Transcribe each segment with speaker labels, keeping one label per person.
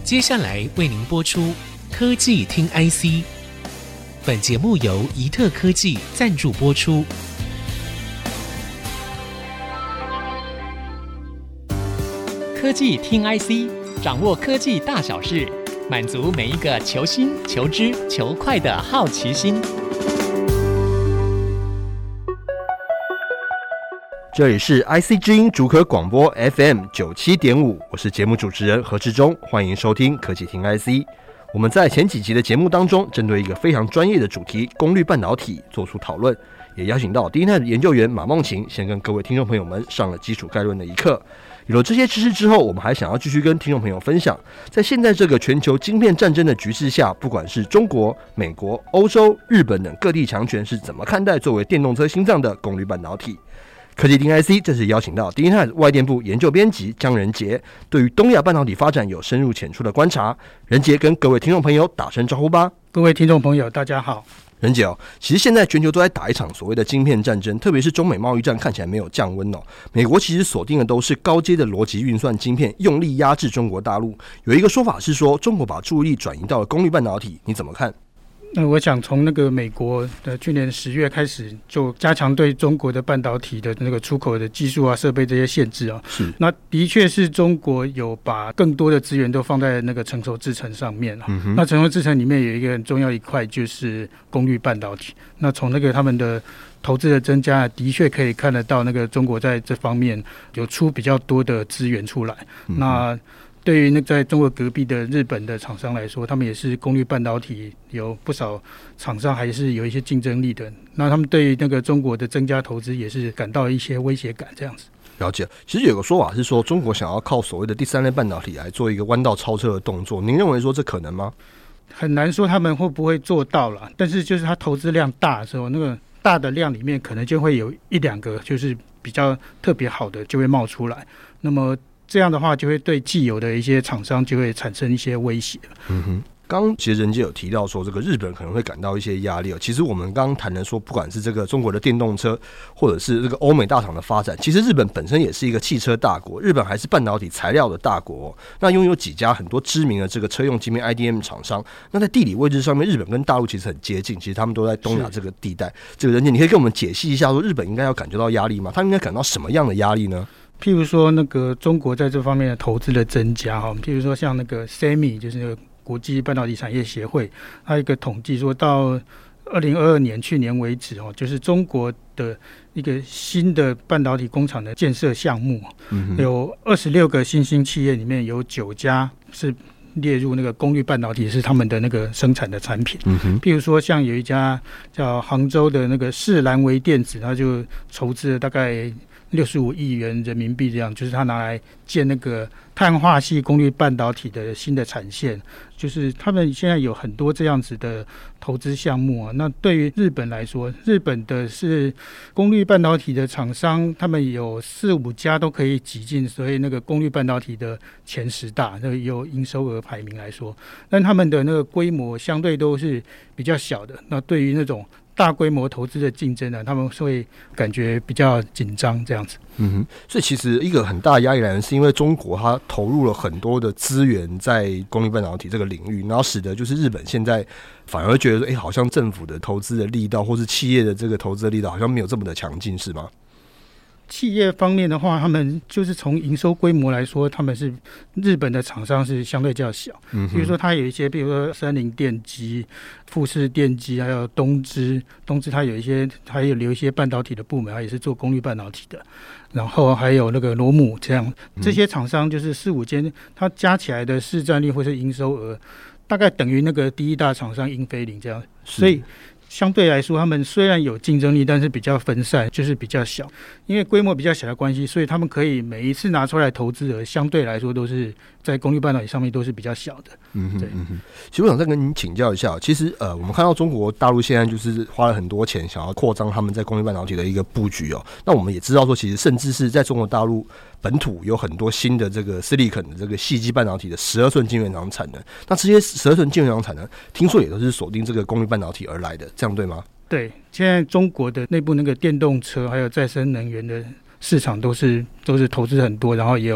Speaker 1: 接下来为您播出科技听 IC， 本节目由怡特科技赞助播出。
Speaker 2: 科技听 IC， 掌握科技大小事，满足每一个求新、求知、求快的好奇心。
Speaker 3: 这里是 IC 之音竹科广播 FM 97.5， 我是节目主持人何志忠，欢迎收听科技听 IC。我们在前几集的节目当中，针对一个非常专业的主题——功率半导体做出讨论，也邀请到DINTAC的研究员马梦晴，先跟各位听众朋友们上了基础概论的一课。有了这些知识之后，我们还想要继续跟听众朋友分享，在现在这个全球晶片战争的局势下，不管是中国、美国、欧洲、日本等各地强权是怎么看待作为电动车心脏的功率半导体。科技听 IC 这次邀请到DINTAC外电部研究编辑江仁杰，对于东亚半导体发展有深入浅出的观察。仁杰跟各位听众朋友打声招呼吧。
Speaker 4: 各位听众朋友大家好。
Speaker 3: 仁杰其实现在全球都在打一场所谓的晶片战争，特别是中美贸易战看起来没有降温美国其实锁定的都是高阶的逻辑运算晶片，用力压制中国大陆。有一个说法是说，中国把注意力转移到了功率半导体，你怎么看？
Speaker 4: 那我想从那个美国的去年10月开始，就加强对中国的半导体的那个出口的技术啊、设备这些限制是。那的确是中国有把更多的资源都放在那个成熟制程上面那成熟制程里面有一个很重要一块就是功率半导体。那从那个他们的投资的增加，的确可以看得到那个中国在这方面有出比较多的资源出来。那对于在中国隔壁的日本的厂商来说，他们也是功率半导体有不少厂商还是有一些竞争力的。那他们对于那个中国的增加投资也是感到一些威胁感，这样子。
Speaker 3: 了解。其实有个说法是说，中国想要靠所谓的第三类半导体来做一个弯道超车的动作，您认为说这可能吗？
Speaker 4: 很难说他们会不会做到了，但是就是他投资量大的时候，那个大的量里面可能就会有一两个就是比较特别好的就会冒出来。那么这样的话就会对既有的一些厂商就会产生一些威胁。
Speaker 3: 刚其实仁杰有提到说，这个日本可能会感到一些压力其实我们刚刚谈的说，不管是这个中国的电动车，或者是这个欧美大厂的发展，其实日本本身也是一个汽车大国，日本还是半导体材料的大国那拥有几家很多知名的这个车用晶片 IDM 厂商。那在地理位置上面，日本跟大陆其实很接近，其实他们都在东亚这个地带。这个仁杰，你可以跟我们解析一下，说日本应该要感觉到压力吗？他们应该感到什么样的压力呢？
Speaker 4: 譬如说那个中国在这方面的投资的增加譬如说像那个 SEMI 就是那个国际半导体产业协会，它有一个统计说到2022年去年为止就是中国的一个新的半导体工厂的建设项目有26个新兴企业里面有9家是列入那个功率半导体是他们的那个生产的产品譬如说像有一家叫杭州的那个世兰微电子，它就筹资了大概65亿元人民币，这样就是他拿来建那个碳化系功率半导体的新的产线，就是他们现在有很多这样子的投资项目那对于日本来说，日本的是功率半导体的厂商，他们有4-5家都可以挤进所以那个功率半导体的前10大，那有营收额排名来说，但他们的那个规模相对都是比较小的。那对于那种大规模投资的竞争他们会感觉比较紧张这样子。
Speaker 3: 所以其实一个很大的压力来源是因为中国它投入了很多的资源在功率半导体这个领域，然后使得就是日本现在反而觉得说，好像政府的投资的力道或是企业的这个投资的力道好像没有这么的强劲，是吗？
Speaker 4: 企业方面的话，他们就是从营收规模来说，他们是日本的厂商是相对较小。比如说它有一些，比如说三菱电机、富士电机，还有东芝它有一些，还有留一些半导体的部门，它也是做功率半导体的。然后还有那个罗姆这些厂商就是4-5间，它加起来的市占率或是营收额，大概等于那个第一大厂商英飞凌这样，所以相对来说他们虽然有竞争力，但是比较分散，就是比较小。因为规模比较小的关系，所以他们可以每一次拿出来投资额相对来说都是在功率半导体上面都是比较小的。对。
Speaker 3: 其实我想再跟您请教一下，其实我们看到中国大陆现在就是花了很多钱想要扩张他们在功率半导体的一个布局那我们也知道说，其实甚至是在中国大陆本土有很多新的这个 Silicon 的这个细基半导体的12寸晶圆厂产能，那这些12寸晶圆厂产能听说也都是锁定这个功率半导体而来的，这样对吗？
Speaker 4: 对，现在中国的内部那个电动车还有再生能源的市场都是投资很多，然后也有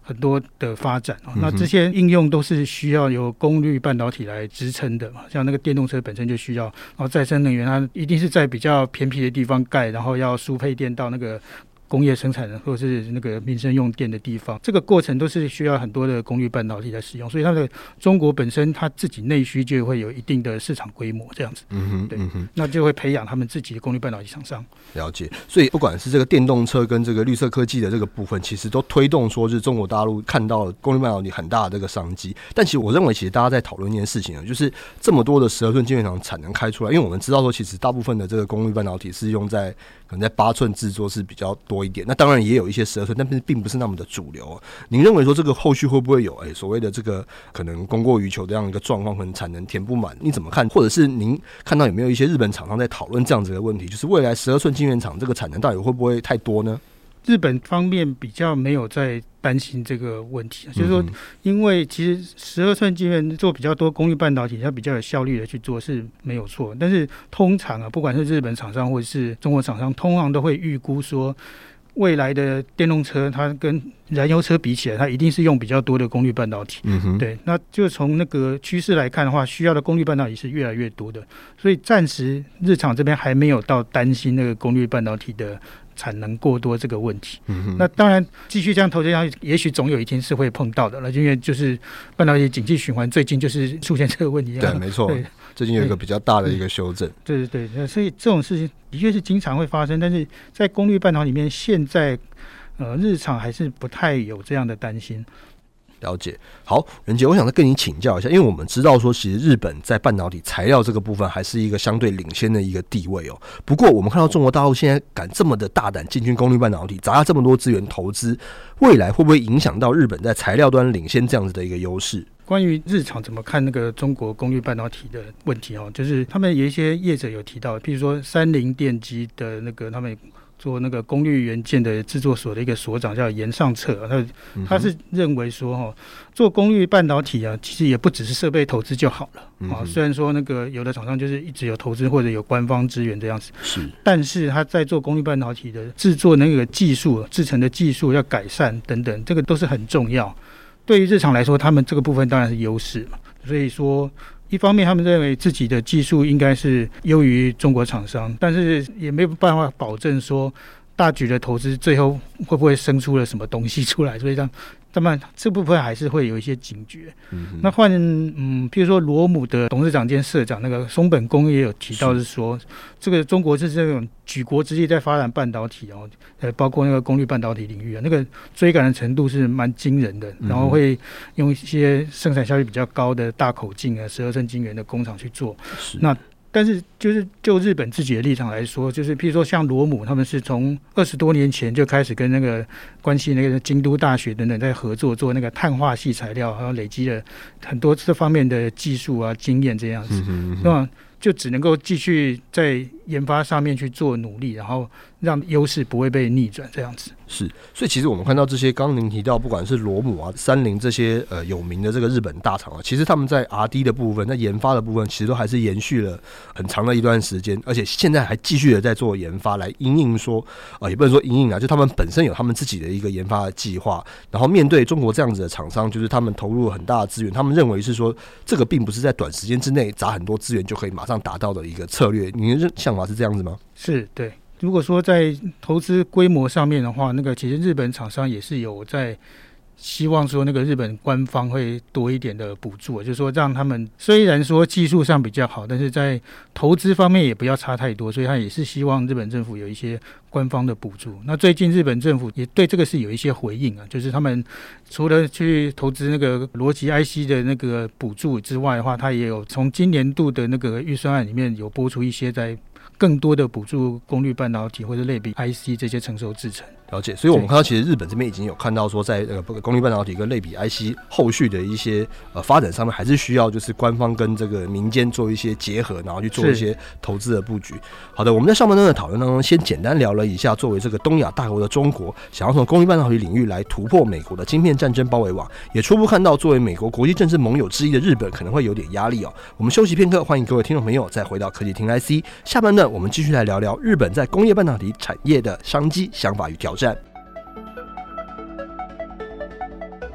Speaker 4: 很多的发展那这些应用都是需要由功率半导体来支撑的嘛，像那个电动车本身就需要，然后再生能源它一定是在比较偏僻的地方盖，然后要输配电到那个工业生产或者是那个民生用电的地方，这个过程都是需要很多的功率半导体来使用，所以它的中国本身它自己内需就会有一定的市场规模这样子，对，那就会培养他们自己的功率半导体厂商。
Speaker 3: 了解，所以不管是这个电动车跟这个绿色科技的这个部分，其实都推动说是中国大陆看到功率半导体很大的这个商机。但其实我认为，其实大家在讨论一件事情就是这么多的12寸晶圆厂产能开出来，因为我们知道说，其实大部分的这个功率半导体是用在可能在8寸制作是比较多一点，那当然也有一些12寸，但是并不是那么的主流。您认为说这个后续会不会有所谓的这个可能供过于求这样一个状况，可能产能填不满？你怎么看？或者是您看到有没有一些日本厂商在讨论这样子的问题，就是未来12寸晶圆厂这个产能到底会不会太多呢？
Speaker 4: 日本方面比较没有在担心这个问题，就是说，因为其实12寸晶圆做比较多功率半导体，它比较有效率的去做是没有错，但是通常不管是日本厂商或者是中国厂商，通常都会预估说，未来的电动车它跟燃油车比起来，它一定是用比较多的功率半导体。对，那就从那个趋势来看的话，需要的功率半导体是越来越多的，所以暂时日厂这边还没有到担心那个功率半导体的产能过多这个问题。那当然继续这样投资下去，也许总有一天是会碰到的了，因为就是半导体景气循环最近就是出现这个问题。
Speaker 3: 对，没错，最近有一个比较大的一个修正。
Speaker 4: 对，所以这种事情的确是经常会发生，但是在功率半导体里面，现在日厂还是不太有这样的担心。
Speaker 3: 了解。好，任杰，我想再跟你请教一下，因为我们知道说，其实日本在半导体材料这个部分还是一个相对领先的一个地位哦。不过，我们看到中国大陆现在敢这么的大胆进军功率半导体，砸下这么多资源投资，未来会不会影响到日本在材料端领先这样子的一个优势？
Speaker 4: 关于日厂怎么看那个中国功率半导体的问题就是他们有一些业者有提到，譬如说三菱电机的那个他们做那个功率元件的制作所的一个所长叫严尚策，他是认为说做功率半导体其实也不只是设备投资就好了虽然说那个有的厂商就是一直有投资或者有官方支援这样子，但是他在做功率半导体的制作那个技术、制程的技术要改善等等，这个都是很重要。对于日厂来说，他们这个部分当然是优势嘛，所以说一方面他们认为自己的技术应该是优于中国厂商，但是也没有办法保证说大举的投资最后会不会生出了什么东西出来，所以他们这部分还是会有一些警觉。那譬如说罗姆的董事长兼社长那个松本恭也有提到是说，这个中国是这种举国之力在发展半导体包括那个功率半导体领域那个追赶的程度是蛮惊人的，然后会用一些生产效率比较高的大口径12寸晶圆的工厂去做。那但是就日本自己的立场来说，就是譬如说像罗姆他们是从20多年前就开始跟那个关系那个京都大学等等在合作做那个碳化系材料，然后累积了很多这方面的技术经验这样子，那就只能够继续在研发上面去做努力，然后让优势不会被逆转这样子。
Speaker 3: 是，所以其实我们看到这些，刚刚您提到，不管是罗姆三菱这些有名的这个日本大厂其实他们在 R&D 的部分，在研发的部分，其实都还是延续了很长的一段时间，而且现在还继续的在做研发来因应说也不能说因应就他们本身有他们自己的一个研发的计划，然后面对中国这样子的厂商，就是他们投入了很大的资源，他们认为是说这个并不是在短时间之内砸很多资源就可以马上达到的一个策略。您的想法是这样子吗？
Speaker 4: 是，对。如果说在投资规模上面的话，那个其实日本厂商也是有在希望说那个日本官方会多一点的补助，就是说让他们虽然说技术上比较好，但是在投资方面也不要差太多，所以他也是希望日本政府有一些官方的补助。那最近日本政府也对这个是有一些回应就是他们除了去投资那个逻辑 IC 的那个补助之外的话，他也有从今年度的那个预算案里面有拨出一些在更多的补助功率半导体或者类比 IC 这些成熟制程。
Speaker 3: 了解，所以我们看到其实日本这边已经有看到说在功率半导体跟类比 IC 后续的一些发展上面，还是需要就是官方跟这个民间做一些结合，然后去做一些投资的布局。好的，我们在上半段的讨论当中先简单聊了一下，作为这个东亚大国的中国想要从功率半导体领域来突破美国的晶片战争包围网，也初步看到作为美国国际政治盟友之一的日本可能会有点压力我们休息片刻，欢迎各位听众朋友再回到科技听 IC 下半段，我们继续来聊聊日本在工业半导体产业的商机、想法与挑战。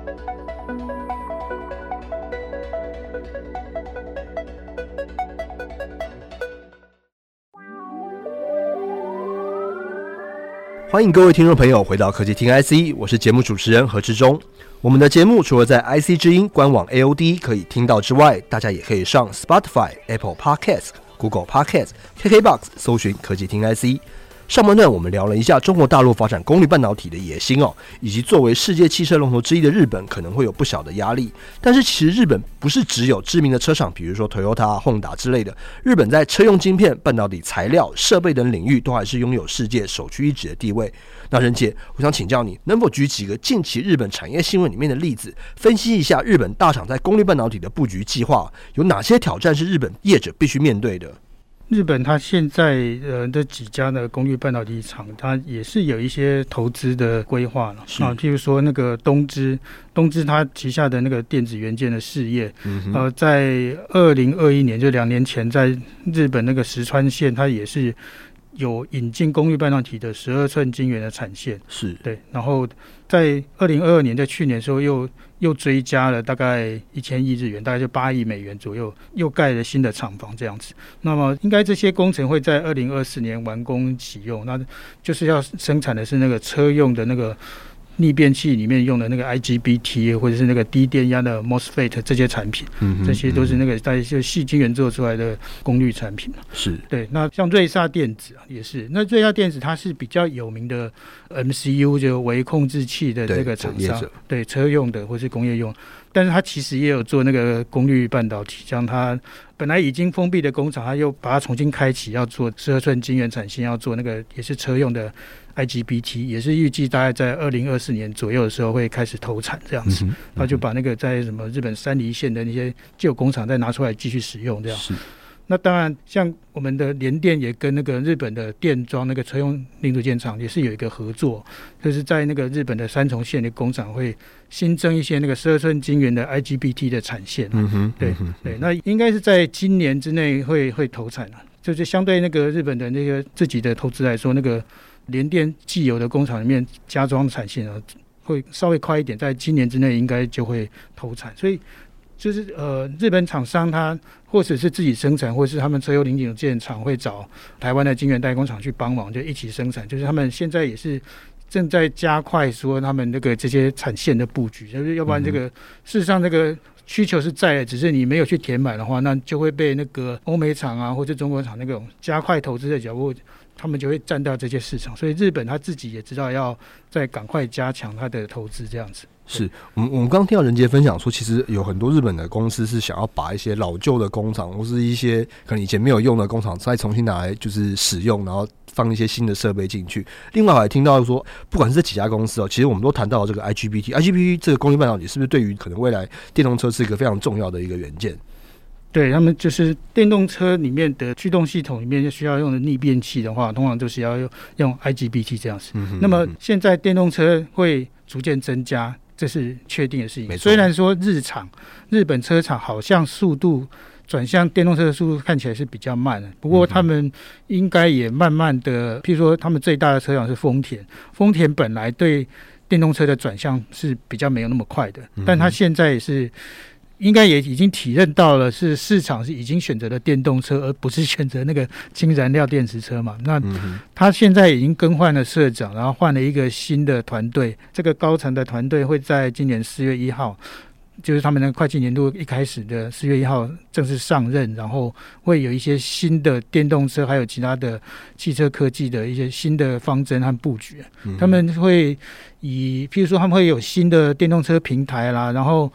Speaker 3: 欢迎各位听众朋友回到科技听 IC， 我是节目主持人何志忠。我们的节目除了在 IC 之音官网 AOD 可以听到之外，大家也可以上 Spotify、Apple Podcast、Google Podcast、KKBox 搜寻科技听 IC。上半段我们聊了一下中国大陆发展功率半导体的野心以及作为世界汽车龙头之一的日本可能会有不小的压力。但是其实日本不是只有知名的车厂，比如说 Toyota、Honda 之类的，日本在车用晶片、半导体材料、设备等领域都还是拥有世界首屈一指的地位。那任姐，我想请教你，能否举几个近期日本产业新闻里面的例子，分析一下日本大厂在功率半导体的布局计划，有哪些挑战是日本业者必须面对的？
Speaker 4: 日本它现在这几家的功率半导体厂，它也是有一些投资的规划了譬如说那个东芝它旗下的那个电子元件的事业，在2021年就2年前，在日本那个石川县，它也是有引进功率半导体的12寸晶圆的产线，是对，然后在2022年，在去年的时候又追加了大概1000亿日元，大概就8亿美元左右，又盖了新的厂房这样子。那么应该这些工程会在2024年完工启用，那就是要生产的是那个车用的那个逆变器里面用的那个 IGBT 或者是那个低电压的 MOSFET 这些产品，这些都是那个在细晶圆做出来的功率产品。是对。那像瑞萨电子也是，那瑞萨电子它是比较有名的 MCU 就微控制器的这个厂商，对车用的或是工业用，但是它其实也有做那个功率半导体，像它本来已经封闭的工厂，它又把它重新开启，要做12寸晶圆产线，要做那个也是车用的 IGBT， 也是预计大概在2024年左右的时候会开始投产这样子。他就把那个在什么日本山梨县的那些旧工厂再拿出来继续使用这样。那当然，像我们的联电也跟那个日本的电装那个车用零组件厂也是有一个合作，就是在那个日本的三重县的工厂会新增一些那个12寸晶圆的 IGBT 的产线。对，那应该是在今年之内会投产了。就是相对那个日本的那个自己的投资来说，那个联电既有的工厂里面加装产线会稍微快一点，在今年之内应该就会投产。所以就是日本厂商他或者是自己生产，或是他们车用零组件厂会找台湾的晶圆代工厂去帮忙，就一起生产。就是他们现在也是正在加快说他们那个这些产线的布局，就是要不然这个事实上这个需求是在的，只是你没有去填满的话，那就会被那个欧美厂啊或者中国厂那种加快投资的脚步，他们就会占到这些市场。所以日本他自己也知道要再赶快加强他的投资这样子。是
Speaker 3: 我们刚刚听到任杰分享说，其实有很多日本的公司是想要把一些老旧的工厂或是一些可能以前没有用的工厂再重新拿来就是使用，然后放一些新的设备进去。另外我还听到说，不管是这几家公司其实我们都谈到了这个 IGBT 这个功率半导体是不是对于可能未来电动车是一个非常重要的一个元件？
Speaker 4: 对，他们就是电动车里面的驱动系统里面需要用的逆变器的话，通常就是要用 IGBT 这样子。那么现在电动车会逐渐增加，这是确定的事情。虽然说日本车厂好像速度转向电动车的速度看起来是比较慢的，不过他们应该也慢慢的，譬如说他们最大的车厂是丰田本来对电动车的转向是比较没有那么快的，但他现在也是应该也已经体认到了，是市场是已经选择了电动车，而不是选择那个氢燃料电池车嘛。那他现在已经更换了社长，然后换了一个新的团队，这个高层的团队会在今年4月1号，就是他们的会计年度一开始的4月1号正式上任，然后会有一些新的电动车还有其他的汽车科技的一些新的方针和布局。他们会譬如说他们会有新的电动车平台啦，然后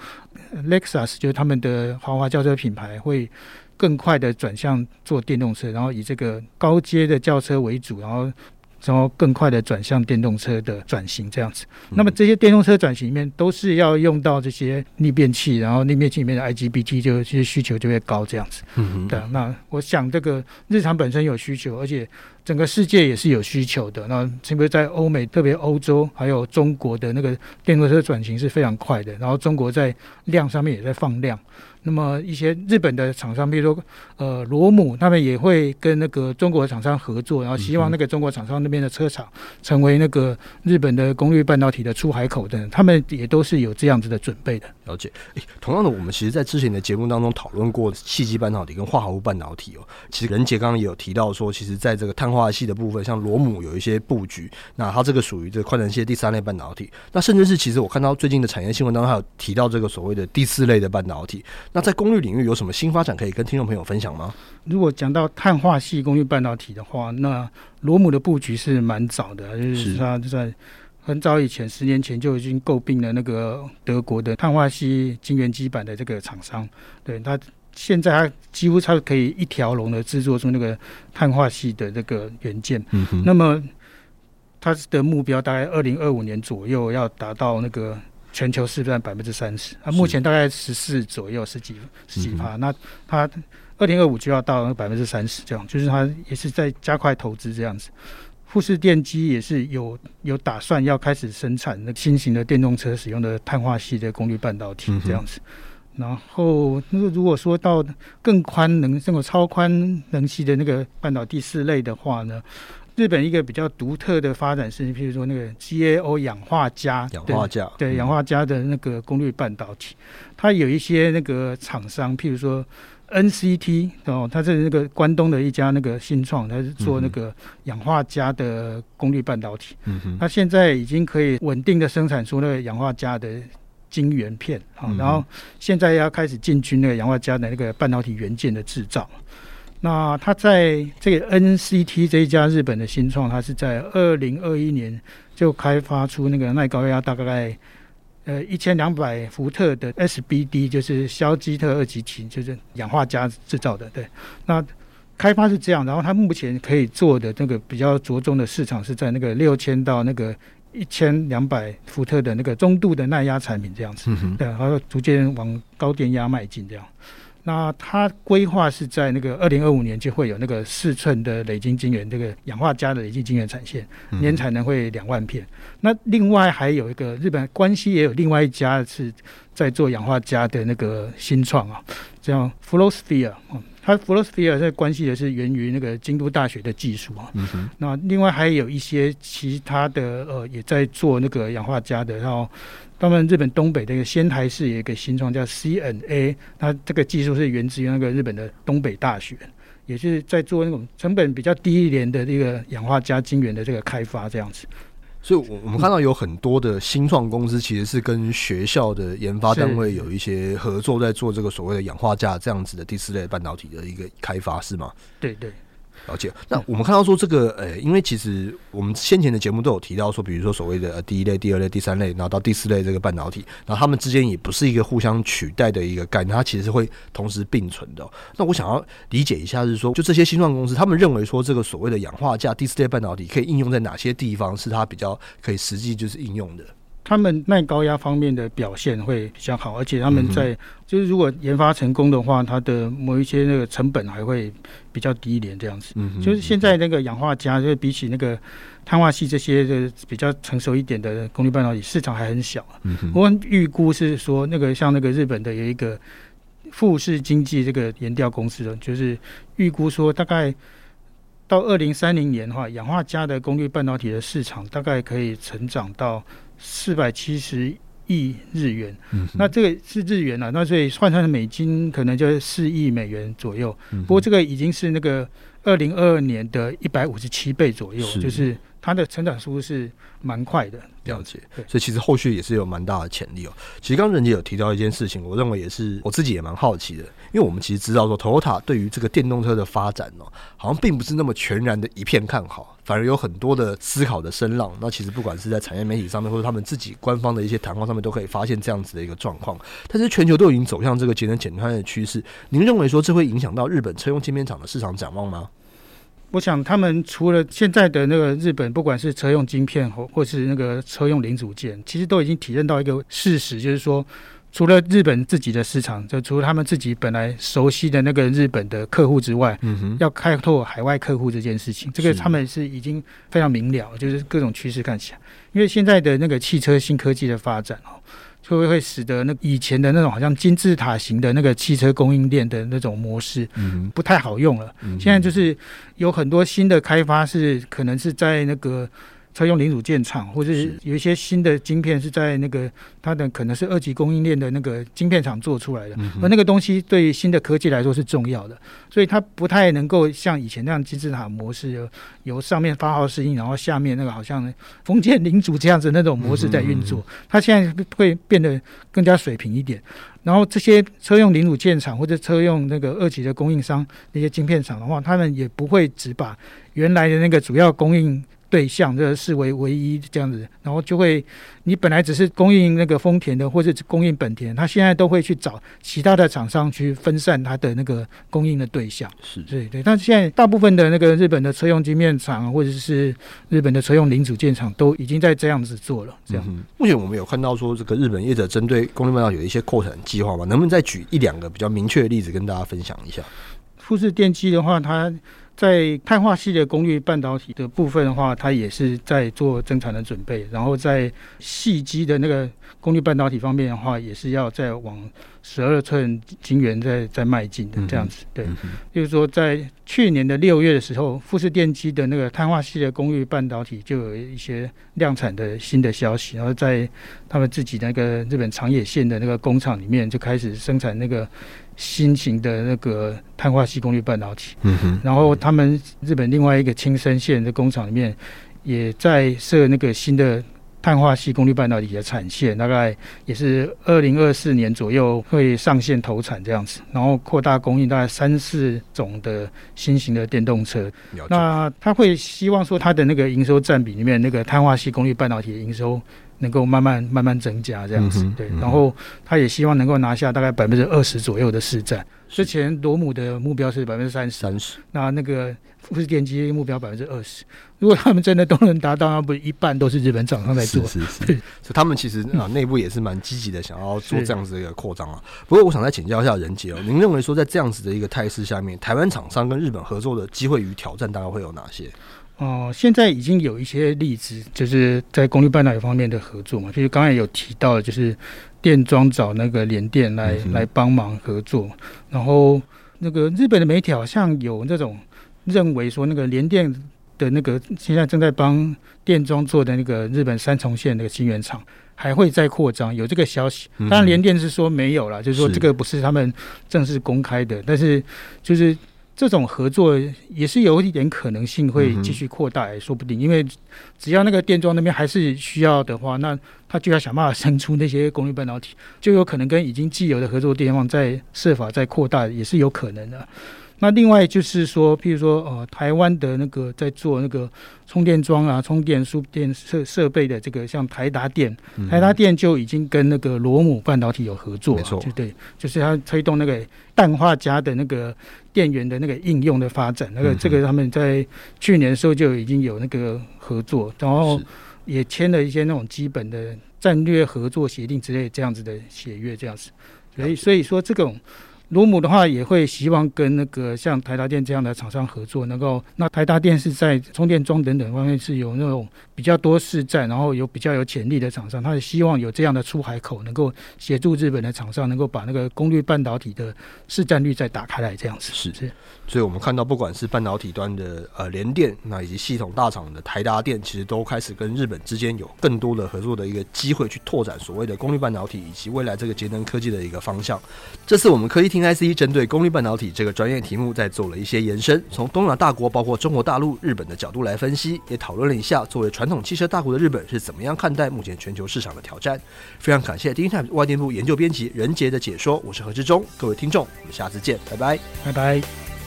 Speaker 4: Lexus 就是他们的豪华轿车品牌会更快的转向做电动车，然后以这个高阶的轿车为主，然后更快的转向电动车的转型这样子。那么这些电动车转型里面都是要用到这些逆变器，然后逆变器里面的 IGBT 这些需求就会高这样子。对，那我想这个日常本身有需求，而且整个世界也是有需求的。那特别在欧美，特别欧洲还有中国的那个电动车转型是非常快的，然后中国在量上面也在放量。那么一些日本的厂商，比如说罗姆，他们也会跟那个中国厂商合作，然后希望那个中国厂商那边的车厂成为那个日本的功率半导体的出海口的，他们也都是有这样子的准备的。
Speaker 3: 了解。同样的，我们其实在之前的节目当中讨论过矽基半导体跟化合物半导体其实任杰刚刚也有提到说，其实在这个碳化化系的部分，像罗姆有一些布局，那它这个属于这个宽能系的第3类半导体。那甚至是其实我看到最近的产业新闻当中还有提到这个所谓的第4类的半导体。那在功率领域有什么新发展可以跟听众朋友分享吗？
Speaker 4: 如果讲到碳化系功率半导体的话，那罗姆的布局是蛮早的，就是它在很早以前10年前就已经诟病了那个德国的碳化系晶圆基板的这个厂商，对它现在它几乎可以一条龙的制作出那个碳化系的这个元件。那么它的目标大概2025年左右要达到那个全球市占30%，目前大概14左右，十几%。那它2025就要到30%，这样就是它也是在加快投资这样子。富士电机也是有打算要开始生产那新型的电动车使用的碳化系的功率半导体这样子。然后如果说到更宽能这种超宽能系的那个半导体4类的话呢，日本一个比较独特的发展是，譬如说那个 GAO 氧化镓对氧化镓的那个功率半导体，它有一些那个厂商，譬如说 NCT 它是那个关东的一家那个新创，它是做那个氧化镓的功率半导体。它现在已经可以稳定的生产出那个氧化镓的晶圆片，然后现在要开始进军那个氧化镓的那个半导体元件的制造。那它在这个 NCT 这一家日本的新创，它是在2021年就开发出那个耐高压大概1200伏特的 SBD， 就是硝基特二极体，就是氧化镓制造的。对，那开发是这样，然后它目前可以做的那个比较着重的市场是在那个6000到那个1200伏特的那个中度的耐压产品这样子。对，然后逐渐往高电压迈进这样。那它规划是在那个2025年就会有那个4寸的累晶晶圆，这个氧化镓的累晶晶圆产线，年产能会2万片。那另外还有一个日本关西也有另外一家是在做氧化镓的那个新创叫 Flowsphere。它 Flowsphere 在关系的是源于那个京都大学的技术那另外还有一些其他的也在做那个氧化镓的，然后他们日本东北的一个仙台市有一个新创叫 CNA， 那这个技术是源自于那个日本的东北大学，也是在做那种成本比较低一点的这个氧化镓晶圆的这个开发这样子。
Speaker 3: 所以我们看到有很多的新创公司其实是跟学校的研发单位有一些合作，在做这个所谓的氧化镓这样子的第4类半导体的一个开发，是吗？
Speaker 4: 对对，
Speaker 3: 了解。那我们看到说这个因为其实我们先前的节目都有提到说，比如说所谓的第1类、第2类、第3类，然后到第4类这个半导体，然后他们之间也不是一个互相取代的一个概念，它其实会同时并存的。那我想要理解一下，是说就这些新创公司，他们认为说这个所谓的氧化镓第4类半导体可以应用在哪些地方，是它比较可以实际就是应用的？
Speaker 4: 他们耐高压方面的表现会比较好，而且他们在就是如果研发成功的话，它的某一些那个成本还会比较低一点这样子。就是现在那个氧化镓，就是比起那个碳化系这些的比较成熟一点的功率半导体，市场还很小。我预估是说，那个像那个日本的有一个富士经济这个研调公司的，就是预估说大概到2030年的话，氧化镓的功率半导体的市场大概可以成长到470亿日元。那这个是日元那所以换算成美金可能就是4亿美元左右。不过这个已经是那个2022年的157倍左右，就是它的成长速度是蛮快的。
Speaker 3: 了解，所以其实后续也是有蛮大的潜力其实刚刚任杰有提到一件事情，我认为也是我自己也蛮好奇的，因为我们其实知道说 Toyota 对于这个电动车的发展好像并不是那么全然的一片看好，反而有很多的思考的声浪。那其实不管是在产业媒体上面，或者他们自己官方的一些谈话上面，都可以发现这样子的一个状况。但是全球都已经走向这个节能减碳的趋势，您认为说这会影响到日本车用晶片厂的市场展望吗？
Speaker 4: 我想他们除了现在的那个日本，不管是车用晶片或是那个车用零组件，其实都已经体认到一个事实，就是说除了日本自己的市场，就除了他们自己本来熟悉的那个日本的客户之外，要开拓海外客户这件事情，这个他们是已经非常明了，就是各种趋势看起来。因为现在的那个汽车新科技的发展会使得那以前的那种好像金字塔型的那个汽车供应链的那种模式不太好用了。现在就是有很多新的开发是可能是在那个车用零组件厂，或者是有一些新的晶片是在那个它的可能是2级供应链的那个晶片厂做出来的，而那个东西对于新的科技来说是重要的，所以它不太能够像以前那样金字塔模式，由上面发号施令，然后下面那个好像封建领主这样子那种模式在运作，它现在会变得更加水平一点。然后这些车用零组件厂或者车用那个2级的供应商那些晶片厂的话，他们也不会只把原来的那个主要供应对象这视为唯一这样子，然后就会你本来只是供应那个丰田的或者供应本田，他现在都会去找其他的厂商去分散他的那个供应的对象。
Speaker 3: 是，
Speaker 4: 对。但现在大部分的那个日本的车用晶片厂或者是日本的车用零组件厂都已经在这样子做了。这样，
Speaker 3: 目前我们有看到说这个日本业者针对功率半导体有一些扩产计划吗？能不能再举1-2个比较明确的例子跟大家分享一下？
Speaker 4: 富士电机的话，它在碳化系的功率半导体的部分的话，它也是在做增产的准备，然后在细基的那个功率半导体方面的话，也是要再往12寸晶圆再迈进的这样子。对，就是说在去年的6月的时候，富士电机的那个碳化系的功率半导体就有一些量产的新的消息，然后在他们自己那个日本长野县的那个工厂里面就开始生产那个新型的那个碳化系功率半导体。然后他们日本另外一个青森县的工厂里面也在设那个新的碳化系功率半导体的产线，大概也是2024年左右会上线投产这样子，然后扩大供应大概3-4种的新型的电动车。那他会希望说他的那个营收占比里面那个碳化系功率半导体的营收能够慢慢增加这样子。对，然后他也希望能够拿下大概20%左右的市占。之前罗姆的目标是30%，那个富士电机目标20%。如果他们真的都能达到，那不一半都是日本厂商在做。
Speaker 3: 是，所以他们其实内部也是蛮积极的，想要做这样子的一个扩张啊。不过我想再请教一下仁杰哦，您认为说在这样子的一个态势下面，台湾厂商跟日本合作的机会与挑战大概会有哪些？
Speaker 4: 现在已经有一些例子，就是在功率半导体方面的合作嘛，就是刚才有提到的，就是电装找那个联电来帮忙合作，然后那个日本的媒体好像有那种认为说那个联电的那个现在正在帮电装做的那个日本三重县那个晶圆厂还会再扩张，有这个消息。当然联电是说没有啦，就是说这个不是他们正式公开的，但是就是这种合作也是有一点可能性会继续扩大，说不定，因为只要那个电装那边还是需要的话，那他就要想办法生出那些功率半导体，就有可能跟已经既有的合作电方再设法再扩大，也是有可能的。那另外就是说，譬如说台湾的那个在做那个充电桩啊、充电输电设备的这个，像台达电，台达电就已经跟那个罗姆半导体有合作，没错，对，就是它推动那个氮化镓的那个电源的那个应用的发展，那个这个他们在去年的时候就已经有那个合作，然后也签了一些那种基本的战略合作协定之类这样子的协约，这样子，所以说这种。罗姆的话也会希望跟那个像台达电这样的厂商合作，能够那台达电是在充电桩等等方面是有那种比较多市占，然后有比较有潜力的厂商，他也希望有这样的出海口，能够协助日本的厂商能够把那个功率半导体的市占率再打开来，这样子。是，
Speaker 3: 所以我们看到不管是半导体端的联电，那以及系统大厂的台达电，其实都开始跟日本之间有更多的合作的一个机会，去拓展所谓的功率半导体以及未来这个节能科技的一个方向。这次我们科技听 IC 针对功率半导体这个专业题目再做了一些延伸，从东亚大国包括中国大陆、日本的角度来分析，也讨论了一下作为传统汽车大国的日本是怎么样看待目前全球市场的挑战。非常感谢第一 Times 外电部研究编辑仁杰的解说，我是何志忠，各位听众，我们下次见，拜拜，
Speaker 4: 拜拜。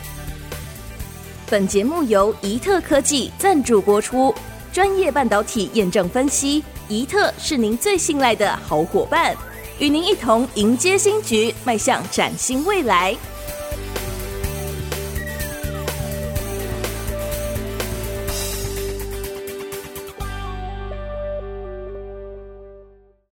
Speaker 5: 本节目由宜特科技赞助播出，专业半导体验证分析，宜特是您最信赖的好伙伴。与您一同迎接新局，迈向崭新未来。